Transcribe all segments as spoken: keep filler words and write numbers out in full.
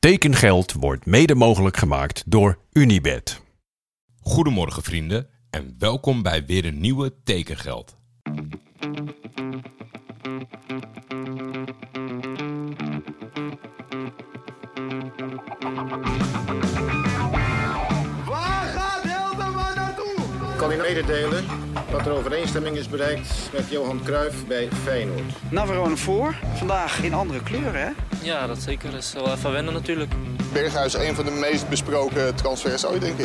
Tekengeld wordt mede mogelijk gemaakt door Unibet. Goedemorgen vrienden en welkom bij weer een nieuwe Tekengeld. Waar gaat Hilterman naartoe? Ik kan u mededelen dat er overeenstemming is bereikt met Johan Cruijff bij Feyenoord. Navarone voor, vandaag in andere kleuren, hè? Ja, dat zeker. Dat is wel even wennen natuurlijk. Berghuis, een van de meest besproken transfers ooit, denk ik.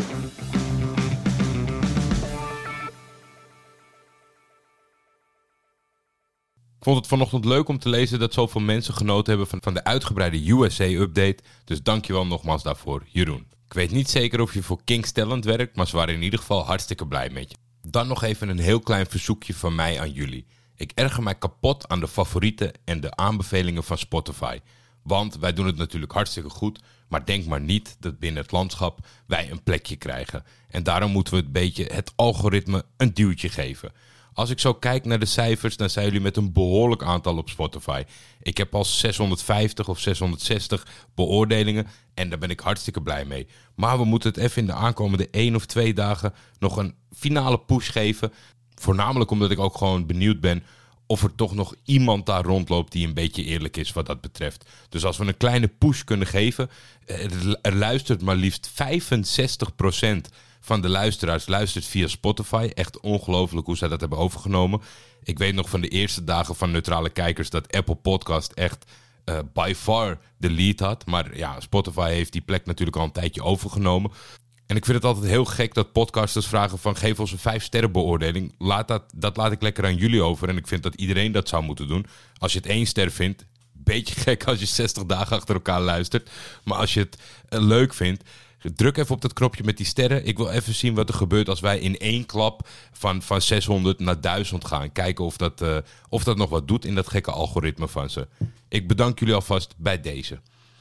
Ik vond het vanochtend leuk om te lezen dat zoveel mensen genoten hebben van, van de uitgebreide U S A-update. Dus dankjewel nogmaals daarvoor, Jeroen. Ik weet niet zeker of je voor King's Talent werkt, maar ze waren in ieder geval hartstikke blij met je. Dan nog even een heel klein verzoekje van mij aan jullie. Ik erger mij kapot aan de favorieten en de aanbevelingen van Spotify. Want wij doen het natuurlijk hartstikke goed, maar denk maar niet dat binnen het landschap wij een plekje krijgen. En daarom moeten we het beetje het algoritme een duwtje geven. Als ik zo kijk naar de cijfers, dan zijn jullie met een behoorlijk aantal op Spotify. Ik heb al zeshonderdvijftig of zeshonderdzestig beoordelingen en daar ben ik hartstikke blij mee. Maar we moeten het even in de aankomende één of twee dagen nog een finale push geven. Voornamelijk omdat ik ook gewoon benieuwd ben of er toch nog iemand daar rondloopt die een beetje eerlijk is wat dat betreft. Dus als we een kleine push kunnen geven, er luistert maar liefst vijfenzestig procent van de luisteraars luistert via Spotify. Echt ongelooflijk hoe zij dat hebben overgenomen. Ik weet nog van de eerste dagen van Neutrale Kijkers dat Apple Podcast echt uh, by far de lead had. Maar ja, Spotify heeft die plek natuurlijk al een tijdje overgenomen. En ik vind het altijd heel gek dat podcasters vragen van geef ons een vijf sterren beoordeling. Laat dat, dat laat ik lekker aan jullie over. En ik vind dat iedereen dat zou moeten doen. Als je het één ster vindt, beetje gek als je zestig dagen achter elkaar luistert. Maar als je het uh, leuk vindt, druk even op dat knopje met die sterren. Ik wil even zien wat er gebeurt als wij in één klap van, van zeshonderd naar duizend gaan. Kijken of dat, uh, of dat nog wat doet in dat gekke algoritme van ze. Ik bedank jullie alvast bij deze.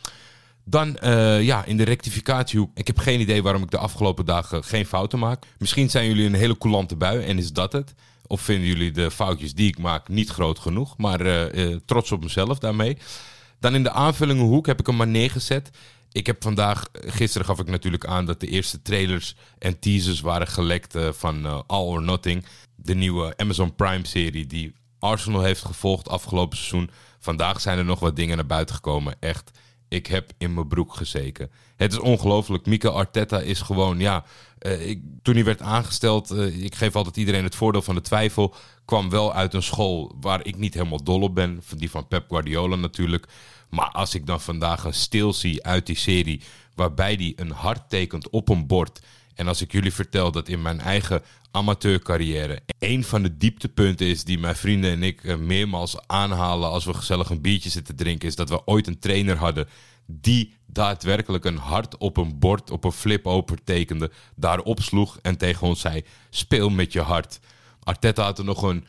Dan uh, ja, in de rectificatiehoek. Ik heb geen idee waarom ik de afgelopen dagen geen fouten maak. Misschien zijn jullie een hele coulante bui en is dat het. Of vinden jullie de foutjes die ik maak niet groot genoeg. Maar uh, uh, trots op mezelf daarmee. Dan in de aanvullingenhoek heb ik hem maar neergezet. Ik heb vandaag, gisteren gaf ik natuurlijk aan dat de eerste trailers en teasers waren gelekt uh, van uh, All or Nothing. De nieuwe Amazon Prime serie die Arsenal heeft gevolgd afgelopen seizoen. Vandaag zijn er nog wat dingen naar buiten gekomen. Echt, ik heb in mijn broek gezeken. Het is ongelooflijk. Mikel Arteta is gewoon, ja, uh, ik, toen hij werd aangesteld, uh, ik geef altijd iedereen het voordeel van de twijfel, kwam wel uit een school waar ik niet helemaal dol op ben. Die van Pep Guardiola natuurlijk. Maar als ik dan vandaag een stil zie uit die serie waarbij die een hart tekent op een bord. En als ik jullie vertel dat in mijn eigen amateurcarrière een van de dieptepunten is die mijn vrienden en ik meermaals aanhalen als we gezellig een biertje zitten drinken, is dat we ooit een trainer hadden die daadwerkelijk een hart op een bord, op een flip-over tekende, daarop sloeg en tegen ons zei, speel met je hart. Arteta had er nog een,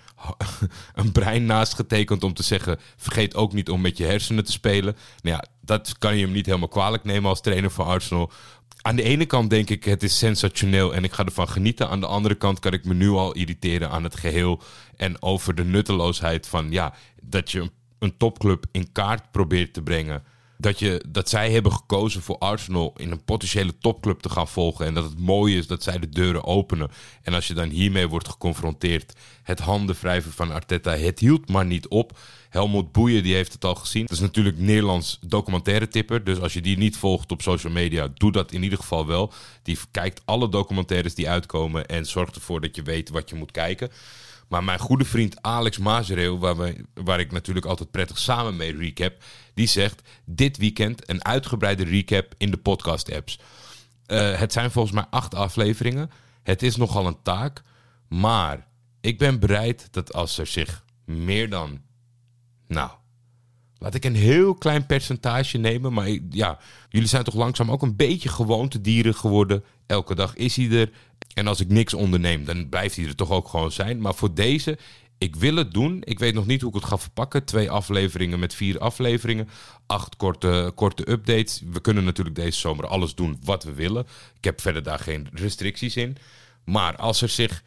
een brein naast getekend om te zeggen, vergeet ook niet om met je hersenen te spelen. Nou ja, dat kan je hem niet helemaal kwalijk nemen als trainer van Arsenal. Aan de ene kant denk ik, het is sensationeel en ik ga ervan genieten. Aan de andere kant kan ik me nu al irriteren aan het geheel en over de nutteloosheid van, ja, dat je een topclub in kaart probeert te brengen. Dat, je, dat zij hebben gekozen voor Arsenal in een potentiële topclub te gaan volgen. En dat het mooi is dat zij de deuren openen. En als je dan hiermee wordt geconfronteerd, het handenwrijven van Arteta, het hield maar niet op. Helmut Boeien, die heeft het al gezien. Dat is natuurlijk Nederlands documentaire tipper. Dus als je die niet volgt op social media, doe dat in ieder geval wel. Die kijkt alle documentaires die uitkomen en zorgt ervoor dat je weet wat je moet kijken. Maar mijn goede vriend Alex Mazereel, waar, we, waar ik natuurlijk altijd prettig samen mee recap, die zegt dit weekend een uitgebreide recap in de podcast-apps. Uh, het zijn volgens mij acht afleveringen. Het is nogal een taak. Maar ik ben bereid dat als er zich meer dan, nou, laat ik een heel klein percentage nemen. Maar ik, ja, jullie zijn toch langzaam ook een beetje gewoontedieren geworden. Elke dag is hij er. En als ik niks onderneem, dan blijft hij er toch ook gewoon zijn. Maar voor deze, ik wil het doen. Ik weet nog niet hoe ik het ga verpakken. Twee afleveringen met vier afleveringen. Acht korte, korte updates. We kunnen natuurlijk deze zomer alles doen wat we willen. Ik heb verder daar geen restricties in. Maar als er zich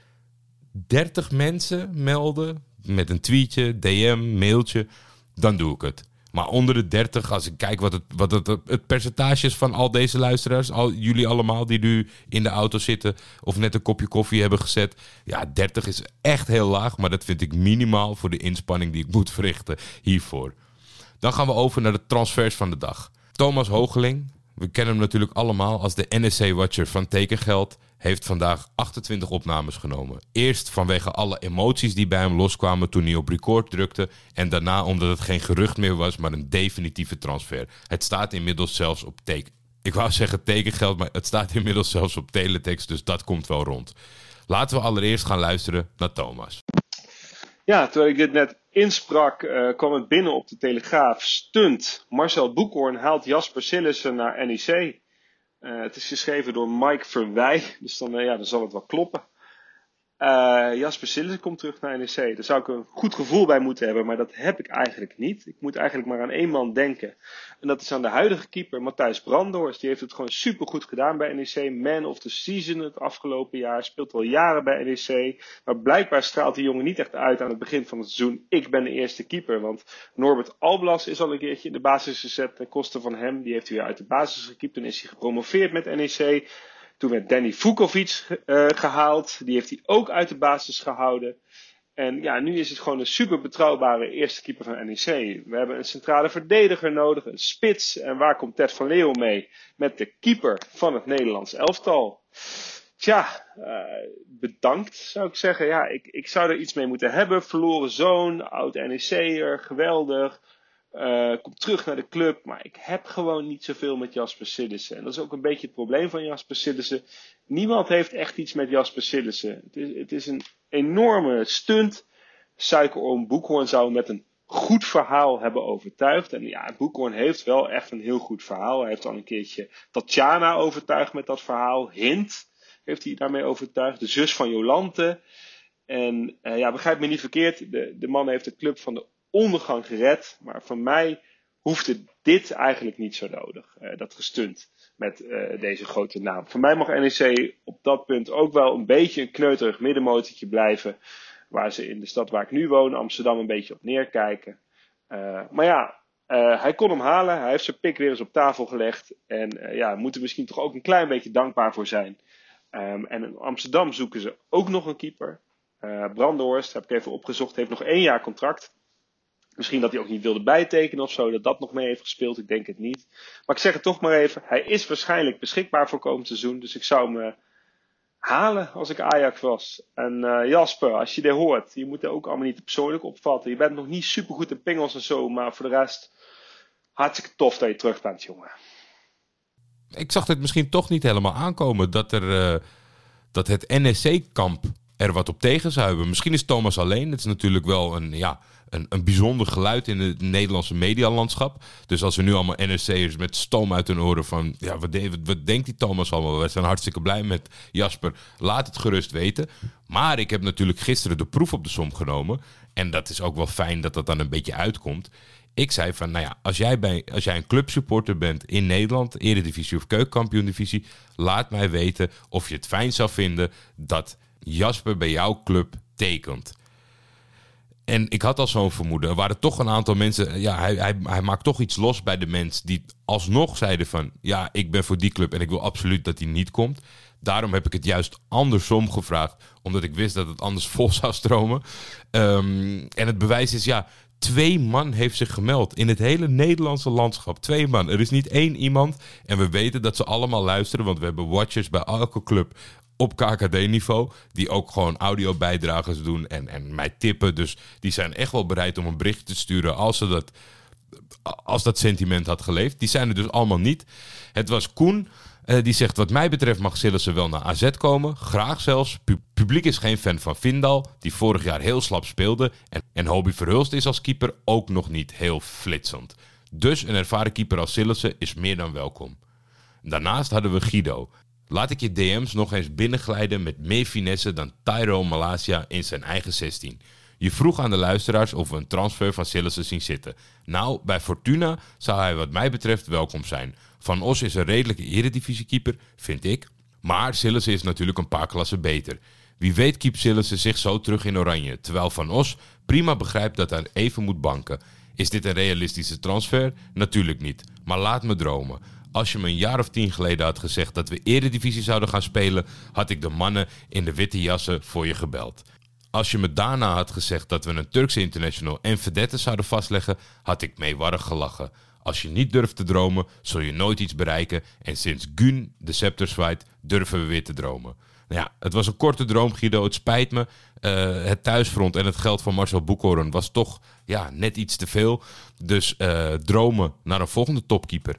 dertig mensen melden met een tweetje, D M, mailtje, dan doe ik het. Maar onder de dertig, als ik kijk wat het, wat het, het percentage is van al deze luisteraars, al, jullie allemaal die nu in de auto zitten of net een kopje koffie hebben gezet. Ja, dertig is echt heel laag, maar dat vind ik minimaal voor de inspanning die ik moet verrichten hiervoor. Dan gaan we over naar de transfers van de dag. Thomas Hoogeling, we kennen hem natuurlijk allemaal als de N E C-watcher van Tekengeld, heeft vandaag achtentwintig opnames genomen. Eerst vanwege alle emoties die bij hem loskwamen toen hij op record drukte. En daarna omdat het geen gerucht meer was, maar een definitieve transfer. Het staat inmiddels zelfs op teken. Ik wou zeggen Tekengeld, maar het staat inmiddels zelfs op teletext, dus dat komt wel rond. Laten we allereerst gaan luisteren naar Thomas. Ja, terwijl ik dit net insprak, uh, kwam het binnen op de Telegraaf. Stunt. Marcel Boekhoorn haalt Jasper Sillissen naar N E C. Uh, het is geschreven door Mike Verwij, dus dan, uh, ja, dan zal het wel kloppen. Uh, Jasper Sillissen komt terug naar N E C. Daar zou ik een goed gevoel bij moeten hebben, maar dat heb ik eigenlijk niet. Ik moet eigenlijk maar aan één man denken. En dat is aan de huidige keeper, Matthijs Brandhorst. Die heeft het gewoon supergoed gedaan bij N E C. Man of the season het afgelopen jaar. Speelt al jaren bij N E C. Maar blijkbaar straalt die jongen niet echt uit aan het begin van het seizoen. Ik ben de eerste keeper. Want Norbert Alblas is al een keertje in de basis gezet ten koste van hem. Die heeft hij weer uit de basis gekiept. Toen is hij gepromoveerd met N E C. Toen werd Danny Vukovic uh, gehaald. Die heeft hij ook uit de basis gehouden. En ja, nu is het gewoon een super betrouwbare eerste keeper van N E C. We hebben een centrale verdediger nodig, een spits. En waar komt Ted van Leeuwen mee? Met de keeper van het Nederlands elftal. Tja, uh, bedankt zou ik zeggen. Ja, ik, ik zou er iets mee moeten hebben. Verloren zoon, oud N E C'er, geweldig. Uh, komt terug naar de club, maar ik heb gewoon niet zoveel met Jasper Sillissen. En dat is ook een beetje het probleem van Jasper Sillissen. Niemand heeft echt iets met Jasper Sillissen. Het is, het is een enorme stunt. Suikeroom Boekhoorn zou met een goed verhaal hebben overtuigd. En ja, Boekhoorn heeft wel echt een heel goed verhaal. Hij heeft al een keertje Tatjana overtuigd met dat verhaal. Hint heeft hij daarmee overtuigd. De zus van Jolante. En uh, ja, begrijp me niet verkeerd. De, de man heeft de club van de ondergang gered, maar voor mij hoefde dit eigenlijk niet zo nodig, uh, dat gestunt met uh, deze grote naam. Voor mij mag N E C op dat punt ook wel een beetje een kneuterig middenmotortje blijven, waar ze in de stad waar ik nu woon, Amsterdam, een beetje op neerkijken. Uh, maar ja, uh, hij kon hem halen, hij heeft zijn pik weer eens op tafel gelegd en uh, ja, we moeten misschien toch ook een klein beetje dankbaar voor zijn. Um, en in Amsterdam zoeken ze ook nog een keeper. Uh, Brandhorst, heb ik even opgezocht, heeft nog één jaar contract. Misschien dat hij ook niet wilde bijtekenen of zo, dat dat nog mee heeft gespeeld. Ik denk het niet. Maar ik zeg het toch maar even. Hij is waarschijnlijk beschikbaar voor komend seizoen. Dus ik zou hem uh, halen als ik Ajax was. En uh, Jasper, als je dit hoort. Je moet er ook allemaal niet persoonlijk opvatten. Je bent nog niet supergoed in pingels en zo. Maar voor de rest, hartstikke tof dat je terug bent, jongen. Ik zag dit misschien toch niet helemaal aankomen. Dat, er, uh, dat het N E C-kamp er wat op tegen zou hebben. Misschien is Thomas alleen. Het is natuurlijk wel een... ja. Een, een bijzonder geluid in het Nederlandse medialandschap. Dus als er nu allemaal N E C'ers met stoom uit hun oren van... ja, wat, de, wat, wat denkt die Thomas allemaal? We zijn hartstikke blij met Jasper. Laat het gerust weten. Maar ik heb natuurlijk gisteren de proef op de som genomen. En dat is ook wel fijn dat dat dan een beetje uitkomt. Ik zei van, nou ja, als jij, bij, als jij een clubsupporter bent in Nederland... Eredivisie of Keukenkampioen-divisie... laat mij weten of je het fijn zou vinden... dat Jasper bij jouw club tekent. En ik had al zo'n vermoeden. Er waren toch een aantal mensen... Ja, hij, hij, hij maakt toch iets los bij de mensen... die alsnog zeiden van... ja, ik ben voor die club en ik wil absoluut dat hij niet komt. Daarom heb ik het juist andersom gevraagd. Omdat ik wist dat het anders vol zou stromen. Um, en het bewijs is, ja... Twee man heeft zich gemeld in het hele Nederlandse landschap. Twee man. Er is niet één iemand. En we weten dat ze allemaal luisteren. Want we hebben watchers bij elke club... op K K D-niveau, die ook gewoon audiobijdragers doen en, en mij tippen. Dus die zijn echt wel bereid om een bericht te sturen als, ze dat, als dat sentiment had geleefd. Die zijn er dus allemaal niet. Het was Koen, uh, die zegt, wat mij betreft mag Sillissen wel naar A Z komen. Graag zelfs. Pu- publiek is geen fan van Vindal, die vorig jaar heel slap speelde. En, en Hobie Verhulst is als keeper ook nog niet heel flitsend. Dus een ervaren keeper als Sillissen is meer dan welkom. Daarnaast hadden we Guido. Laat ik je D M's nog eens binnenglijden met meer finesse dan Tyrone Malasia in zijn eigen zestien. Je vroeg aan de luisteraars of we een transfer van Sillissen zien zitten. Nou, bij Fortuna zou hij wat mij betreft welkom zijn. Van Os is een redelijke eredivisiekeeper, vind ik. Maar Sillissen is natuurlijk een paar klassen beter. Wie weet keept Sillissen zich zo terug in oranje. Terwijl Van Os prima begrijpt dat hij even moet banken. Is dit een realistische transfer? Natuurlijk niet. Maar laat me dromen. Als je me een jaar of tien geleden had gezegd dat we Eredivisie zouden gaan spelen, had ik de mannen in de witte jassen voor je gebeld. Als je me daarna had gezegd dat we een Turkse international en vedetten zouden vastleggen, had ik meewarig gelachen. Als je niet durft te dromen, zul je nooit iets bereiken. En sinds Gun de scepter zwaait, durven we weer te dromen. Nou ja, het was een korte droom, Guido. Het spijt me. Uh, het thuisfront en het geld van Marcel Boekhoorn was toch ja, net iets te veel. Dus uh, dromen naar een volgende topkeeper.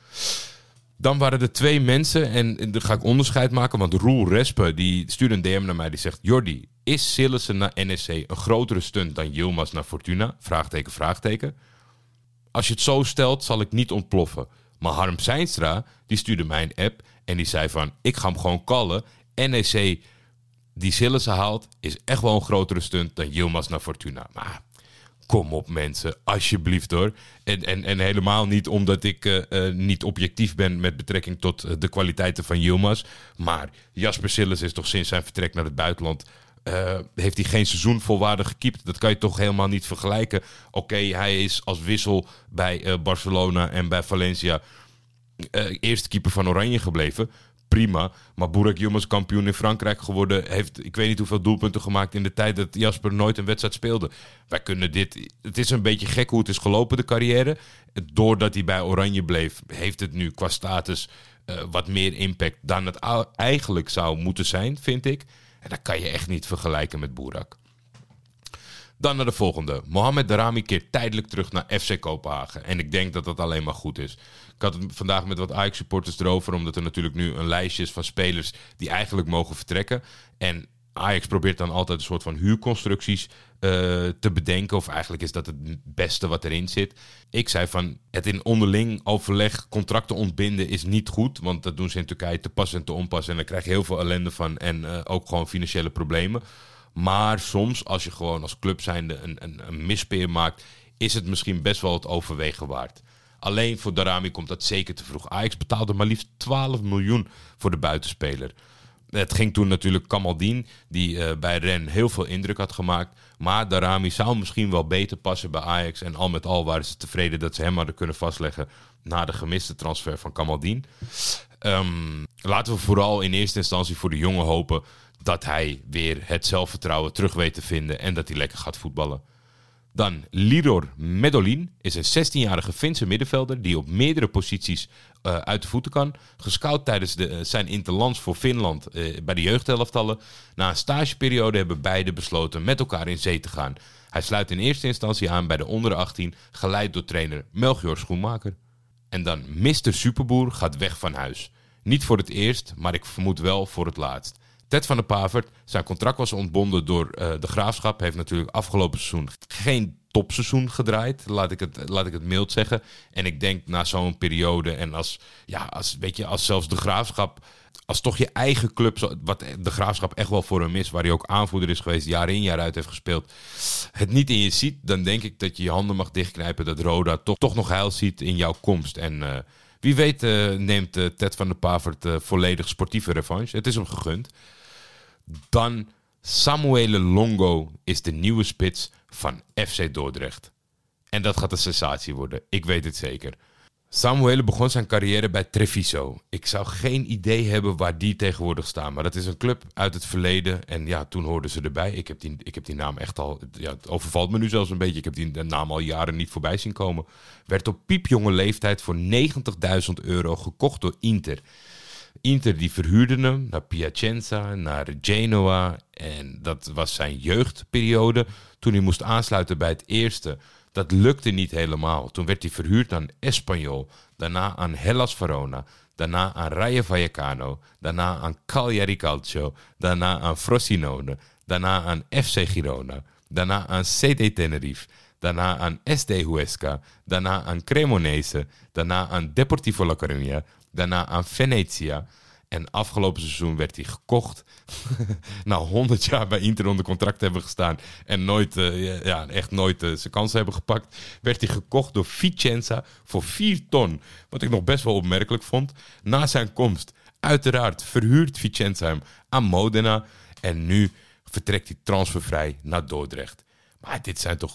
Dan waren er twee mensen, en daar ga ik onderscheid maken, want Roel Respe die stuurde een D M naar mij, die zegt: Jordi, is Sillissen naar N E C een grotere stunt dan Yilmaz naar Fortuna? Vraagteken, vraagteken. Als je het zo stelt, zal ik niet ontploffen. Maar Harm Zijnstra, die stuurde mij een app en die zei van: ik ga hem gewoon callen. N E C die Sillissen haalt, is echt wel een grotere stunt dan Yilmaz naar Fortuna. Maar kom op mensen, alsjeblieft hoor. En, en, en helemaal niet omdat ik uh, uh, niet objectief ben met betrekking tot uh, de kwaliteiten van Yilmaz. Maar Jasper Sillissen is toch sinds zijn vertrek naar het buitenland, Uh, heeft hij geen seizoen volwaardig gekiept. Dat kan je toch helemaal niet vergelijken. Oké, okay, hij is als wissel bij uh, Barcelona en bij Valencia uh, eerste keeper van Oranje gebleven. Prima, maar Burak Yilmaz kampioen in Frankrijk geworden, heeft ik weet niet hoeveel doelpunten gemaakt in de tijd dat Jasper nooit een wedstrijd speelde. Wij kunnen dit, het is een beetje gek hoe het is gelopen, de carrière. Doordat hij bij Oranje bleef, heeft het nu qua status uh, wat meer impact dan het eigenlijk zou moeten zijn, vind ik. En dat kan je echt niet vergelijken met Burak. Dan naar de volgende. Mohamed Daramy keert tijdelijk terug naar F C Kopenhagen. En ik denk dat dat alleen maar goed is. Ik had het vandaag met wat Ajax-supporters erover, omdat er natuurlijk nu een lijstje is van spelers die eigenlijk mogen vertrekken. En Ajax probeert dan altijd een soort van huurconstructies uh, te bedenken. Of eigenlijk is dat het beste wat erin zit. Ik zei van, het in onderling overleg contracten ontbinden is niet goed. Want dat doen ze in Turkije te pas en te onpas. En daar krijg je heel veel ellende van. En uh, ook gewoon financiële problemen. Maar soms, als je gewoon als club zijnde een, een, een mispeer maakt, is het misschien best wel het overwegen waard. Alleen voor Daramy komt dat zeker te vroeg. Ajax betaalde maar liefst twaalf miljoen voor de buitenspeler. Het ging toen natuurlijk Kamaldeen, die uh, bij Rennes heel veel indruk had gemaakt. Maar Daramy zou misschien wel beter passen bij Ajax. En al met al waren ze tevreden dat ze hem hadden kunnen vastleggen na de gemiste transfer van Kamaldeen. Um, laten we vooral in eerste instantie voor de jongen hopen dat hij weer het zelfvertrouwen terug weet te vinden en dat hij lekker gaat voetballen. Dan Lidor Medolin is een zestienjarige Finse middenvelder die op meerdere posities uh, uit de voeten kan. Gescout tijdens de, uh, zijn interlands voor Finland uh, bij de jeugdelftallen. Na een stageperiode hebben beiden besloten met elkaar in zee te gaan. Hij sluit in eerste instantie aan bij de onder achttien, geleid door trainer Melchior Schoenmaker. En dan mister Superboer gaat weg van huis. Niet voor het eerst, maar ik vermoed wel voor het laatst. Ted van der Pavert, zijn contract was ontbonden door uh, de Graafschap. Heeft natuurlijk afgelopen seizoen geen topseizoen gedraaid. Laat ik het, laat ik het mild zeggen. En ik denk na zo'n periode en als, ja, als, weet je, als zelfs de Graafschap, als toch je eigen club, wat de Graafschap echt wel voor hem is, waar hij ook aanvoerder is geweest, jaar in jaar uit heeft gespeeld, het niet in je ziet, dan denk ik dat je je handen mag dichtknijpen dat Roda toch, toch nog heil ziet in jouw komst. En uh, wie weet uh, neemt uh, Ted van der Pavert uh, volledig sportieve revanche. Het is hem gegund. Dan Samuele Longo is de nieuwe spits van F C Dordrecht. En dat gaat een sensatie worden, ik weet het zeker. Samuele begon zijn carrière bij Treviso. Ik zou geen idee hebben waar die tegenwoordig staan. Maar dat is een club uit het verleden. En ja, toen hoorden ze erbij. Ik heb die, ik heb die naam echt al... Ja, het overvalt me nu zelfs een beetje. Ik heb die naam al jaren niet voorbij zien komen. Werd op piepjonge leeftijd voor negentigduizend euro gekocht door Inter. Inter die verhuurde hem naar Piacenza, naar Genoa. En dat was zijn jeugdperiode. Toen hij moest aansluiten bij het eerste. Dat lukte niet helemaal. Toen werd hij verhuurd aan Espanyol. Daarna aan Hellas Verona. Daarna aan Rayo Vallecano. Daarna aan Cagliari Calcio. Daarna aan Frosinone. Daarna aan F C Girona. Daarna aan C D Tenerife. Daarna aan S D Huesca. Daarna aan Cremonese. Daarna aan Deportivo La Coruña. Daarna aan Venezia. En afgelopen seizoen werd hij gekocht. Na honderd jaar bij Inter onder contract hebben gestaan. En nooit, uh, ja, echt nooit uh, zijn kansen hebben gepakt. Werd hij gekocht door Vicenza voor vier ton. Wat ik nog best wel opmerkelijk vond. Na zijn komst, uiteraard, verhuurt Vicenza hem aan Modena. En nu vertrekt hij transfervrij naar Dordrecht. Maar dit zijn toch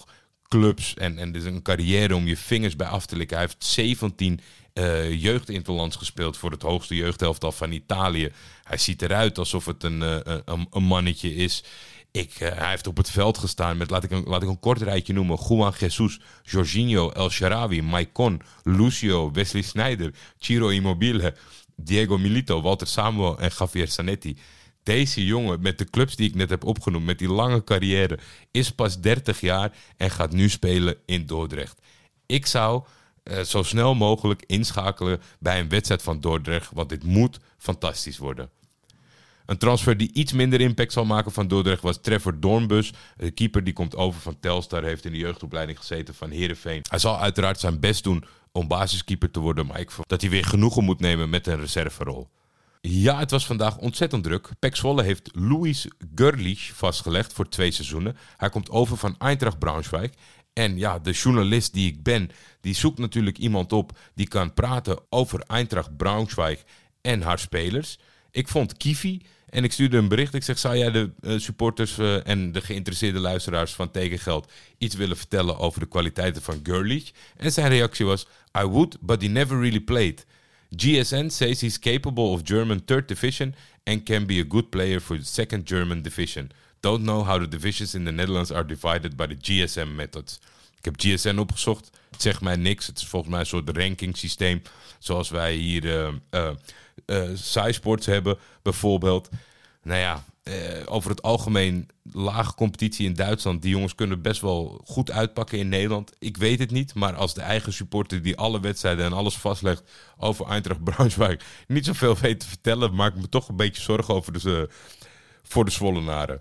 clubs en, en dus een carrière om je vingers bij af te likken. Hij heeft zeventien uh, jeugdinterlands gespeeld voor het hoogste jeugdhelftal van Italië. Hij ziet eruit alsof het een, uh, een, een mannetje is. Ik, uh, hij heeft op het veld gestaan met, laat ik, een, laat ik een kort rijtje noemen, Juan Jesus, Jorginho, El Shaarawy, Maicon, Lucio, Wesley Sneijder, Ciro Immobile, Diego Milito, Walter Samuel en Javier Zanetti. Deze jongen met de clubs die ik net heb opgenoemd, met die lange carrière, is pas dertig jaar en gaat nu spelen in Dordrecht. Ik zou uh, zo snel mogelijk inschakelen bij een wedstrijd van Dordrecht, want dit moet fantastisch worden. Een transfer die iets minder impact zal maken van Dordrecht was Trevor Doornbus. De keeper die komt over van Telstar, heeft in de jeugdopleiding gezeten van Heerenveen. Hij zal uiteraard zijn best doen om basiskeeper te worden, maar ik verwacht dat hij weer genoegen moet nemen met een reserverol. Ja, het was vandaag ontzettend druk. P E C Zwolle heeft Luis Görlich vastgelegd voor twee seizoenen. Hij komt over van Eintracht Braunschweig. En ja, de journalist die ik ben, die zoekt natuurlijk iemand op die kan praten over Eintracht Braunschweig en haar spelers. Ik vond Kivi en ik stuurde een bericht. Ik zeg, zou jij de uh, supporters uh, en de geïnteresseerde luisteraars van Tekengeld iets willen vertellen over de kwaliteiten van Görlich? En zijn reactie was, I would, but he never really played. G S N says he's capable of German third division and can be a good player for the second German division. Don't know how the divisions in the Netherlands are divided by the G S M methods. Ik heb G S N opgezocht. Het zegt mij niks. Het is volgens mij een soort ranking-systeem. Zoals wij hier uh, uh, uh, SciSports hebben, bijvoorbeeld. Nou ja, uh, over het algemeen lage competitie in Duitsland. Die jongens kunnen best wel goed uitpakken in Nederland. Ik weet het niet, maar als de eigen supporter die alle wedstrijden en alles vastlegt over Eintracht Braunschweig niet zoveel weet te vertellen, maak ik me toch een beetje zorgen over de, uh, voor de Zwollenaren.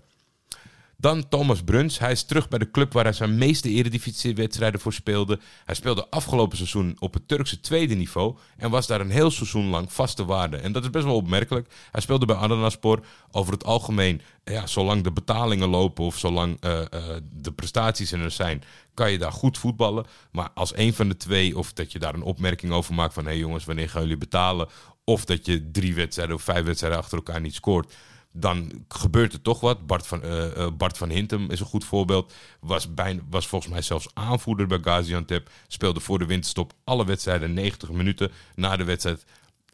Dan Thomas Bruns. Hij is terug bij de club waar hij zijn meeste eredivisiewedstrijden voor speelde. Hij speelde afgelopen seizoen op het Turkse tweede niveau en was daar een heel seizoen lang vaste waarde. En dat is best wel opmerkelijk. Hij speelde bij Adanaspor. Over het algemeen, ja, zolang de betalingen lopen of zolang uh, uh, de prestaties er zijn, kan je daar goed voetballen. Maar als een van de twee, of dat je daar een opmerking over maakt van, hé hey jongens, wanneer gaan jullie betalen? Of dat je drie wedstrijden of vijf wedstrijden achter elkaar niet scoort, dan gebeurt er toch wat. Bart van, uh, Bart van Hintem is een goed voorbeeld. Was, bijna, was volgens mij zelfs aanvoerder bij Gaziantep. Speelde voor de winterstop alle wedstrijden negentig minuten. Na de wedstrijd,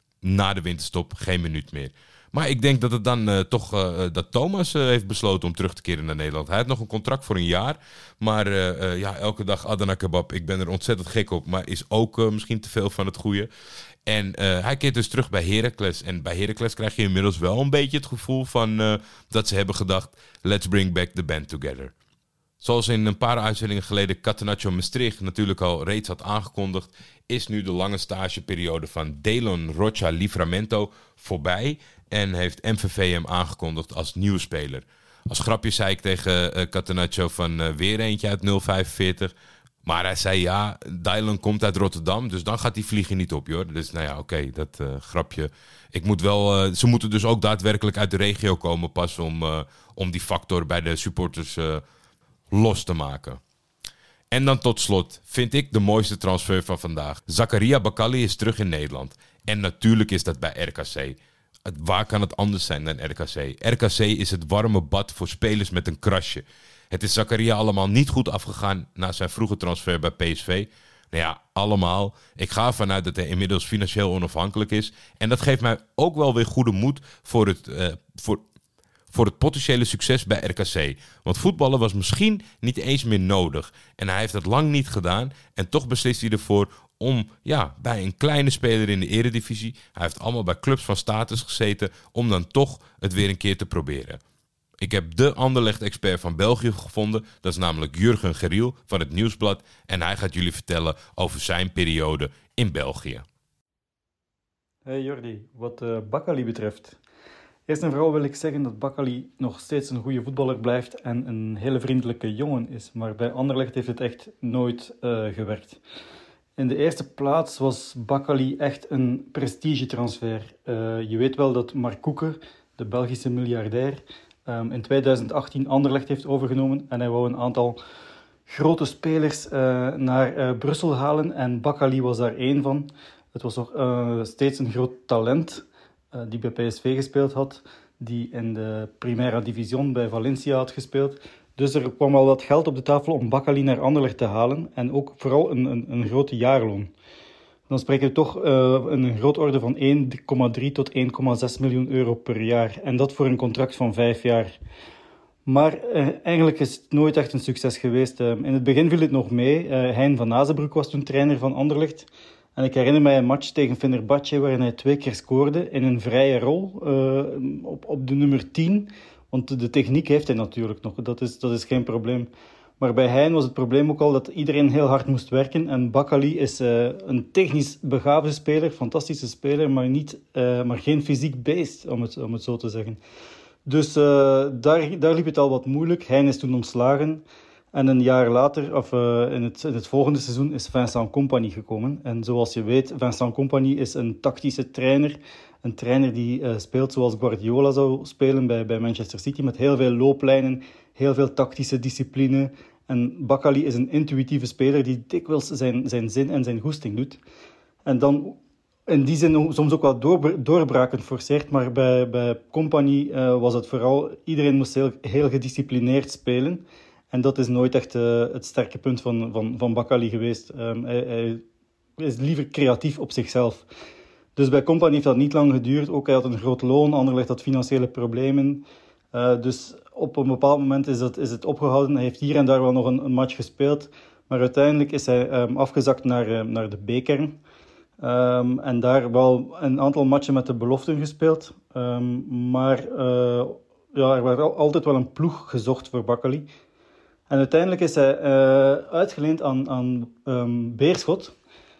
na de winterstop, geen minuut meer. Maar ik denk dat het dan uh, toch uh, dat Thomas uh, heeft besloten om terug te keren naar Nederland. Hij had nog een contract voor een jaar. Maar uh, uh, ja, elke dag Adana kebab. Ik ben er ontzettend gek op. Maar is ook uh, misschien te veel van het goede. En uh, hij keert dus terug bij Heracles. En bij Heracles krijg je inmiddels wel een beetje het gevoel van uh, dat ze hebben gedacht, let's bring back the band together. Zoals in een paar uitzendingen geleden Catenaccio Maastricht natuurlijk al reeds had aangekondigd, is nu de lange stageperiode van Delon Rocha Livramento voorbij en heeft M V V hem aangekondigd als nieuwe speler. Als grapje zei ik tegen uh, Catenaccio van uh, weer eentje uit nul vijfenveertig. Maar hij zei ja, Dylan komt uit Rotterdam, dus dan gaat die vliegen niet op, joh. Dus nou ja, oké, okay, dat uh, grapje. Ik moet wel, uh, ze moeten dus ook daadwerkelijk uit de regio komen pas om, uh, om die factor bij de supporters uh, los te maken. En dan tot slot vind ik de mooiste transfer van vandaag. Zakaria Bakali is terug in Nederland. En natuurlijk is dat bij R K C. Waar kan het anders zijn dan R K C? R K C is het warme bad voor spelers met een krasje. Het is Zakaria allemaal niet goed afgegaan na zijn vroege transfer bij P S V. Nou ja, allemaal. Ik ga ervan uit dat hij inmiddels financieel onafhankelijk is. En dat geeft mij ook wel weer goede moed voor het, uh, voor, voor het potentiële succes bij R K C. Want voetballen was misschien niet eens meer nodig. En hij heeft dat lang niet gedaan. En toch beslist hij ervoor om ja, bij een kleine speler in de eredivisie, hij heeft allemaal bij clubs van status gezeten, om dan toch het weer een keer te proberen. Ik heb de Anderlecht-expert van België gevonden. Dat is namelijk Jurgen Geriel van het Nieuwsblad. En hij gaat jullie vertellen over zijn periode in België. Hey Jordi, wat uh, Bakali betreft. Eerst en vooral wil ik zeggen dat Bakali nog steeds een goede voetballer blijft en een hele vriendelijke jongen is. Maar bij Anderlecht heeft het echt nooit uh, gewerkt. In de eerste plaats was Bakali echt een prestigetransfer. Uh, je weet wel dat Mark Koeken, de Belgische miljardair, Um, in twintig achttien Anderlecht heeft overgenomen en hij wou een aantal grote spelers uh, naar uh, Brussel halen en Bakali was daar één van. Het was nog uh, steeds een groot talent uh, die bij P S V gespeeld had, die in de Primera Division bij Valencia had gespeeld. Dus er kwam wel wat geld op de tafel om Bakkali naar Anderlecht te halen. En ook vooral een, een, een grote jaarloon. Dan spreken we toch uh, een grote orde van één komma drie tot één komma zes miljoen euro per jaar. En dat voor een contract van vijf jaar. Maar uh, eigenlijk is het nooit echt een succes geweest. Uh, in het begin viel het nog mee. Uh, Hein van Azenbroek was toen trainer van Anderlecht. En ik herinner mij een match tegen Fenerbahce waarin hij twee keer scoorde in een vrije rol uh, op, op de nummer tien. Want de techniek heeft hij natuurlijk nog, dat is, dat is geen probleem. Maar bij Hein was het probleem ook al dat iedereen heel hard moest werken. En Bakkali is uh, een technisch begaafde speler, fantastische speler, maar, niet, uh, maar geen fysiek beest, om het, om het zo te zeggen. Dus uh, daar, daar liep het al wat moeilijk. Hein is toen ontslagen. En een jaar later, of uh, in, het, in het volgende seizoen, is Vincent Kompany gekomen. En zoals je weet, Vincent Kompany is een tactische trainer. Een trainer die uh, speelt zoals Guardiola zou spelen bij, bij Manchester City. Met heel veel looplijnen, heel veel tactische discipline. En Bakkali is een intuïtieve speler die dikwijls zijn, zijn zin en zijn goesting doet. En dan in die zin soms ook wel door, doorbraken forceert. Maar bij, bij Kompany uh, was het vooral, iedereen moest heel, heel gedisciplineerd spelen. En dat is nooit echt uh, het sterke punt van, van, van Bakkali geweest. Um, hij, hij is liever creatief op zichzelf. Dus bij Kompany heeft dat niet lang geduurd. Ook hij had een groot loon, Anderlecht had financiële problemen. Uh, dus op een bepaald moment is, dat, is het opgehouden. Hij heeft hier en daar wel nog een, een match gespeeld. Maar uiteindelijk is hij um, afgezakt naar, uh, naar de B-kern. Um, en daar wel een aantal matchen met de beloften gespeeld. Um, maar uh, ja, er werd altijd wel een ploeg gezocht voor Bakkali. En uiteindelijk is hij uh, uitgeleend aan, aan um, Beerschot.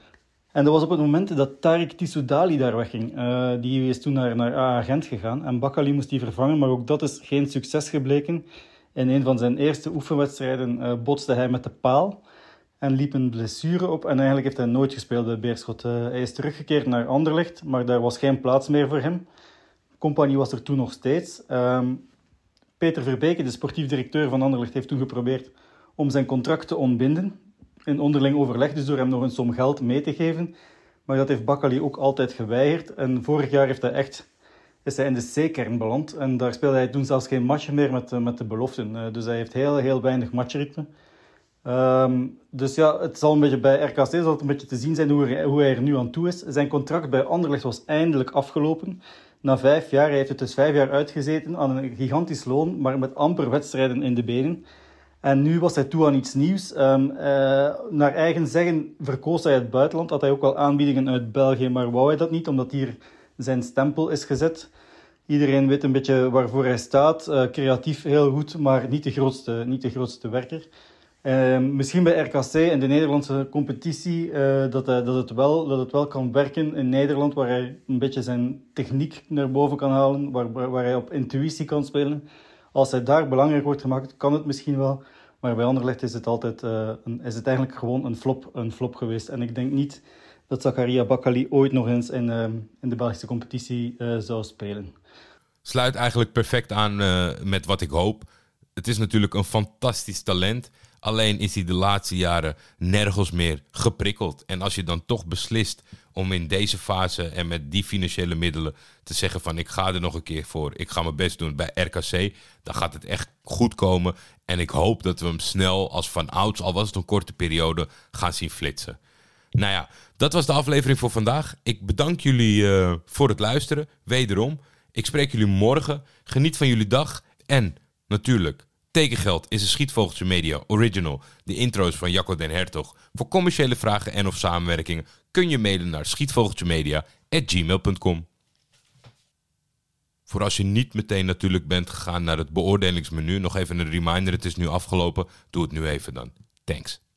En dat was op het moment dat Tariq Tissoudali daar wegging. Uh, die is toen naar, naar A A Gent gegaan. En Bakkali moest die vervangen, maar ook dat is geen succes gebleken. In een van zijn eerste oefenwedstrijden uh, botste hij met de paal. En liep een blessure op. En eigenlijk heeft hij nooit gespeeld bij Beerschot. Uh, hij is teruggekeerd naar Anderlecht, maar daar was geen plaats meer voor hem. Kompany was er toen nog steeds. Um, Peter Verbeke, de sportief directeur van Anderlecht, heeft toen geprobeerd om zijn contract te ontbinden. In onderling overleg, dus door hem nog een som geld mee te geven. Maar dat heeft Bakkali ook altijd geweigerd. En vorig jaar heeft hij echt, is hij in de C-kern beland. En daar speelde hij toen zelfs geen matchen meer met, met de beloften. Uh, dus hij heeft heel, heel weinig matchritme. Um, dus ja, het zal een beetje bij R K C zal het een beetje te zien zijn hoe, er, hoe hij er nu aan toe is. Zijn contract bij Anderlecht was eindelijk afgelopen. Na vijf jaar, hij heeft het dus vijf jaar uitgezeten aan een gigantisch loon, maar met amper wedstrijden in de benen. En nu was hij toe aan iets nieuws. Um, uh, naar eigen zeggen verkoos hij het buitenland. Had hij ook wel aanbiedingen uit België, maar wou hij dat niet, omdat hier zijn stempel is gezet. Iedereen weet een beetje waarvoor hij staat. Uh, creatief heel goed, maar niet de grootste, niet de grootste werker. Uh, misschien bij R K C in de Nederlandse competitie uh, dat, uh, dat, het wel, dat het wel kan werken in Nederland, waar hij een beetje zijn techniek naar boven kan halen, waar, waar, waar hij op intuïtie kan spelen. Als hij daar belangrijk wordt gemaakt, kan het misschien wel. Maar bij Anderlecht is het, altijd, uh, een, is het eigenlijk gewoon een flop, een flop geweest. En ik denk niet dat Zakaria Bakkali ooit nog eens in, uh, in de Belgische competitie uh, zou spelen. Sluit eigenlijk perfect aan uh, met wat ik hoop. Het is natuurlijk een fantastisch talent. Alleen is hij de laatste jaren nergens meer geprikkeld. En als je dan toch beslist om in deze fase en met die financiële middelen te zeggen van ik ga er nog een keer voor, ik ga mijn best doen bij R K C, dan gaat het echt goed komen. En ik hoop dat we hem snel als van ouds, al was het een korte periode, gaan zien flitsen. Nou ja, dat was de aflevering voor vandaag. Ik bedank jullie uh, voor het luisteren, wederom. Ik spreek jullie morgen. Geniet van jullie dag. En natuurlijk, Tekengeld is een Schietvogeltje Media original. De intro's van Jacco den Hertog. Voor commerciële vragen en of samenwerkingen kun je mailen naar schietvogeltjemedia at gmail punt com. Voor als je niet meteen natuurlijk bent gegaan naar het beoordelingsmenu, nog even een reminder, het is nu afgelopen. Doe het nu even dan. Thanks.